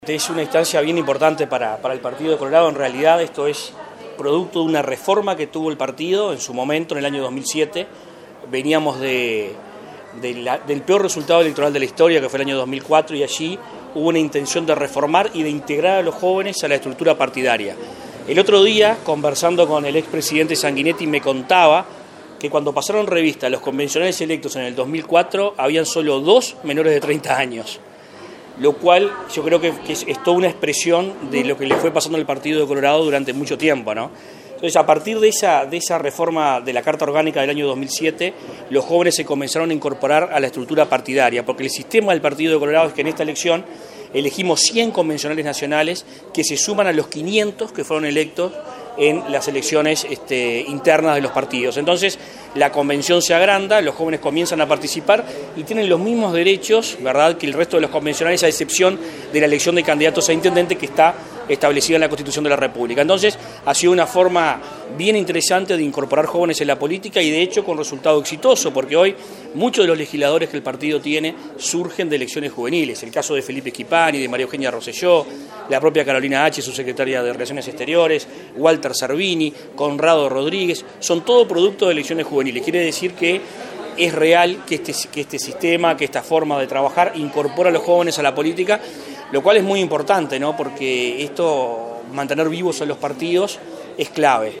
Es una instancia bien importante para el partido de Colorado. En realidad esto es producto de una reforma que tuvo el partido en su momento, en el año 2007. Veníamos del peor resultado electoral de la historia, que fue el año 2004, y allí hubo una intención de reformar y de integrar a los jóvenes a la estructura partidaria. El otro día, conversando con el expresidente Sanguinetti, me contaba que cuando pasaron revista a los convencionales electos en el 2004, habían solo 2 menores de 30 años. Lo cual yo creo que es toda una expresión de lo que le fue pasando al partido de Colorado durante mucho tiempo, ¿no? Entonces, a partir de esa reforma de la Carta Orgánica del año 2007, los jóvenes se comenzaron a incorporar a la estructura partidaria, porque el sistema del partido de Colorado es que en esta elección elegimos 100 convencionales nacionales que se suman a los 500 que fueron electos en las elecciones internas de los partidos. Entonces, la convención se agranda, los jóvenes comienzan a participar y tienen los mismos derechos, ¿verdad?, que el resto de los convencionales, a excepción de la elección de candidatos a intendente que está establecida en la Constitución de la República. Entonces, ha sido una forma bien interesante de incorporar jóvenes en la política y, de hecho, con resultado exitoso, porque hoy muchos de los legisladores que el partido tiene surgen de elecciones juveniles. El caso de Felipe Schipani, de María Eugenia Rosselló, la propia Carolina H., su secretaria de Relaciones Exteriores, Walter Servini, Conrado Rodríguez, son todo producto de elecciones juveniles. Quiere decir que es real que este sistema, que esta forma de trabajar incorpora a los jóvenes a la política, lo cual es muy importante, ¿no? Porque mantener vivos a los partidos es clave.